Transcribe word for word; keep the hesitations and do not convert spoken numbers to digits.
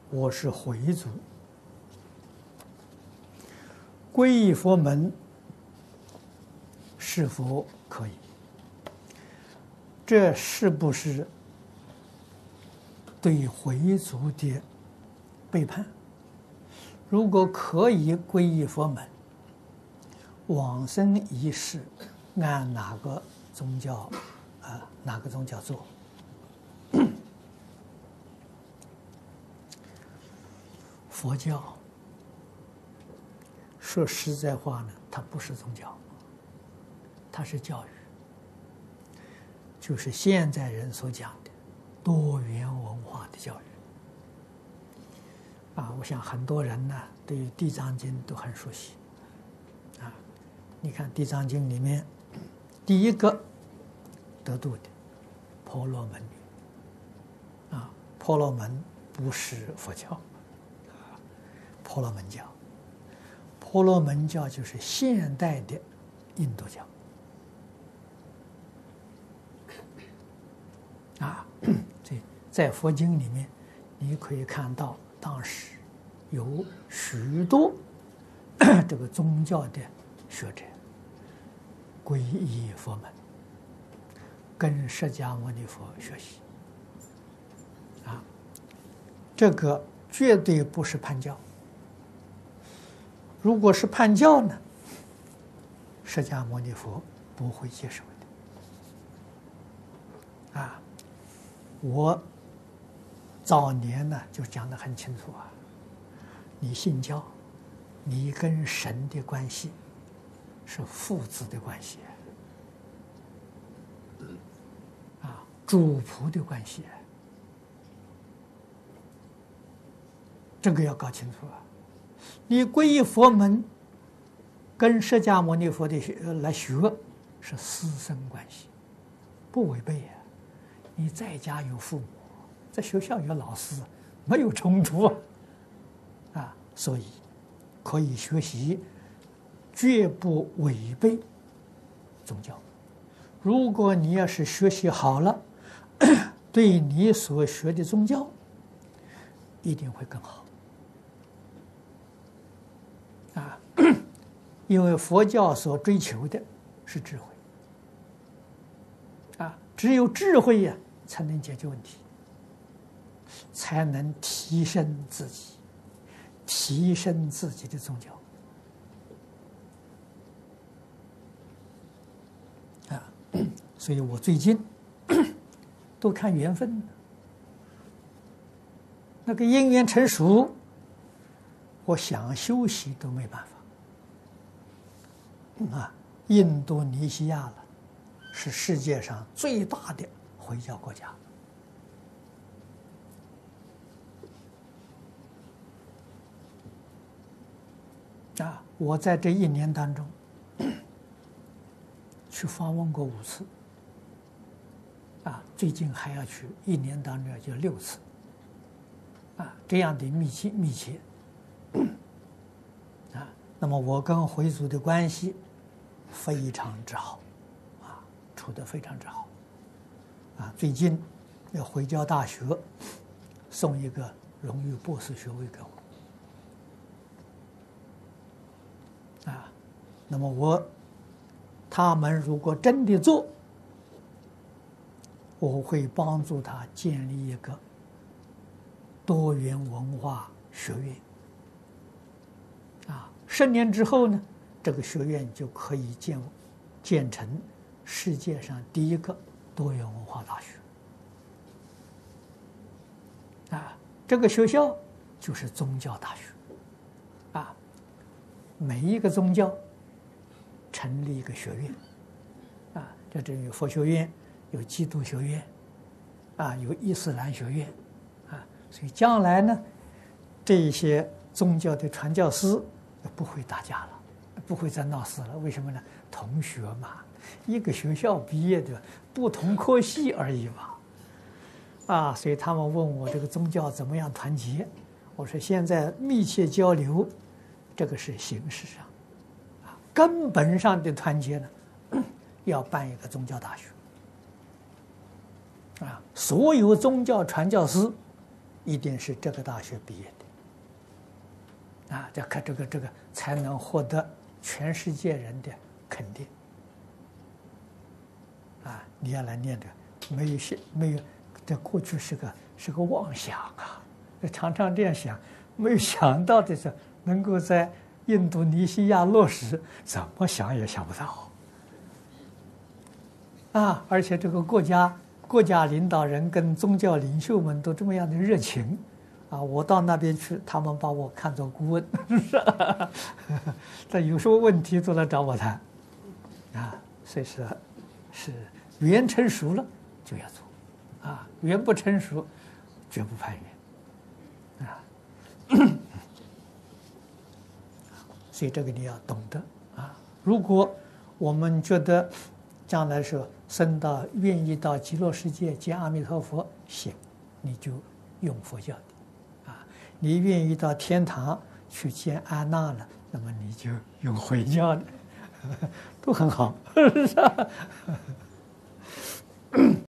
我是回族，皈依佛门是否可以？这是不是对回族的背叛？如果可以皈依佛门，往生一世按哪个宗教啊、呃、哪个宗教做？佛教说实在话呢，它不是宗教，它是教育，就是现在人所讲的多元文化的教育。啊，我想很多人呢对于《地藏经》都很熟悉。啊，你看《地藏经》里面，第一个得度的婆罗门女。啊，婆罗门不是佛教。婆罗门教，婆罗门教就是现代的印度教啊。这在佛经里面，你可以看到当时有许多这个宗教的学者皈依佛门，跟释迦牟尼佛学习啊。这个绝对不是叛教。如果是叛教呢，释迦牟尼佛不会接受的。啊，我早年呢就讲得很清楚啊，你信教，你跟神的关系是父子的关系，啊，主仆的关系，这个要搞清楚啊。你皈依佛门，跟释迦牟尼佛的学来学，是师生关系，不违背呀。你在家有父母，在学校有老师，没有冲突啊。啊，所以可以学习，绝不违背宗教。如果你要是学习好了，对你所学的宗教一定会更好。啊，因为佛教所追求的是智慧，啊，只有智慧呀，才能解决问题，才能提升自己，提升自己的宗教。啊，所以我最近都看缘分，那个因缘成熟，我想休息都没办法。啊，印度尼西亚了，是世界上最大的回教国家。啊，我在这一年当中去访问过五次。啊，最近还要去，一年当中就六次。啊，这样的密切密切。啊，那么我跟回族的关系非常之好，啊，处得非常之好。啊，最近要回教大学送一个荣誉博士学位给我。啊，那么我他们如果真的做，我会帮助他建立一个多元文化学院。啊，十年之后呢，这个学院就可以建建成世界上第一个多元文化大学。啊，这个学校就是宗教大学。啊，每一个宗教成立一个学院。啊，在这里有佛学院，有基督学院，啊，有伊斯兰学院。啊，所以将来呢，这些宗教的传教士不会打架了，不会再闹事了。为什么呢？同学嘛，一个学校毕业的，不同科系而已嘛。啊，所以他们问我这个宗教怎么样团结，我说现在密切交流，这个是形式上，啊，根本上的团结呢，要办一个宗教大学。啊，所有宗教传教士一定是这个大学毕业的，啊，这看这个这个才能获得全世界人的肯定。啊，你要来念这，没有想没有，这过去是个是个妄想啊，常常这样想，没有想到的是能够在印度尼西亚落实，怎么想也想不到。啊，而且这个国家国家领导人跟宗教领袖们都这么样的热情，啊，我到那边去，他们把我看作顾问，但有什么问题都来找我谈，啊，所以说是缘成熟了就要做，啊，缘不成熟绝不攀缘，啊，所以这个你要懂得啊。如果我们觉得将来说生到愿意到极乐世界见阿弥陀佛，行，你就用佛教的，啊，你愿意到天堂去见安那了，那么你就用回教的，都很好，是吧？